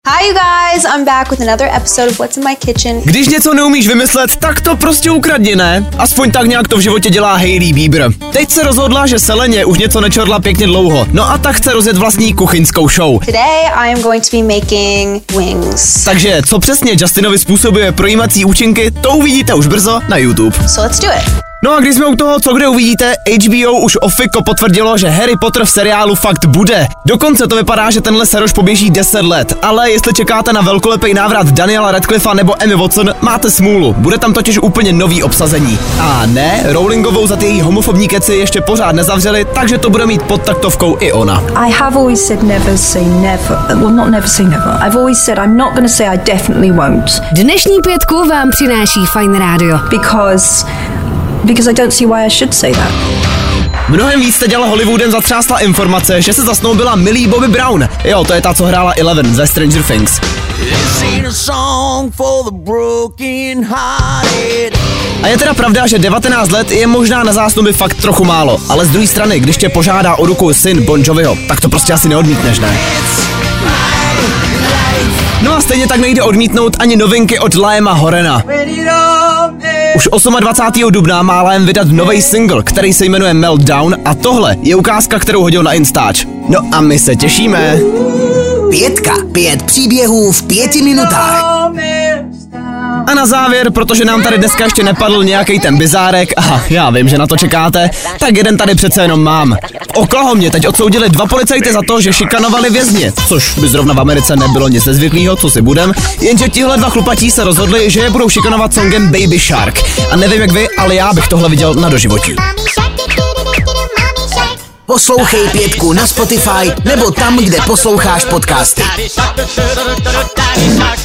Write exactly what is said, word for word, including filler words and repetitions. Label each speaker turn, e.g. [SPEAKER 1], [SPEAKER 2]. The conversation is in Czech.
[SPEAKER 1] Hi you guys, I'm back with another episode of What's in My Kitchen.
[SPEAKER 2] Když něco neumíš vymyslet, tak to prostě ukradni, ne? Aspoň tak nějak to v životě dělá Hailey Bieber. Teď se rozhodla, že Seleně už něco nečorla pěkně dlouho, no a tak chce rozjet vlastní kuchyňskou show.
[SPEAKER 1] Today I am going to be making wings.
[SPEAKER 2] Takže co přesně Justinovi způsobuje projímací účinky, to uvidíte už brzo na YouTube.
[SPEAKER 1] So let's do it.
[SPEAKER 2] No a když jsme u toho, co kde uvidíte, H B O už ofiko potvrdilo, že Harry Potter v seriálu fakt bude. Dokonce to vypadá, že tenhle seroš poběží deset let, ale jestli čekáte na velkolepý návrat Daniela Radcliffa nebo Emmy Watson, máte smůlu, bude tam totiž úplně nový obsazení. A ne, Rowlingovou za ty její homofobní keci ještě pořád nezavřeli, takže to bude mít pod taktovkou i ona.
[SPEAKER 3] I have always said never say never. Well, not never say never. I've always said I'm not going to say I definitely won't.
[SPEAKER 4] Dnešní pětku vám přináší Fajn rádio.
[SPEAKER 3] Because Because I don't see why I should say that.
[SPEAKER 2] Mnohem víc teď ale Hollywoodem zatřásla informace, že se zasnoubila Millie Bobby Brown. Jo, to je ta, co hrála Eleven ze Stranger Things. A je teda pravda, že devatenáct let je možná na zásnuby fakt trochu málo, ale z druhé strany, když tě požádá o ruku syn Bon Joviho, tak to prostě asi neodmítneš, ne? No a stejně tak nejde odmítnout ani novinky od Liama Horena. Už dvacátého osmého dubna má Liam vydat nový single, který se jmenuje Meltdown a tohle je ukázka, kterou hodil na Instač. No a my se těšíme.
[SPEAKER 5] Pětka, pět příběhů v pěti minutách.
[SPEAKER 2] A na závěr, protože nám tady dneska ještě nepadl nějaký ten bizárek, a já vím, že na to čekáte, tak jeden tady přece jenom mám. V Oklahomě teď odsoudili dva policajty za to, že šikanovali vězně, což by zrovna v Americe nebylo nic nezvyklého, co si budem, jenže tihle dva chlupatí se rozhodli, že je budou šikanovat songem Baby Shark. A nevím jak vy, ale já bych tohle viděl na doživotí.
[SPEAKER 5] Poslouchej Pětku na Spotify nebo tam, kde posloucháš podcasty.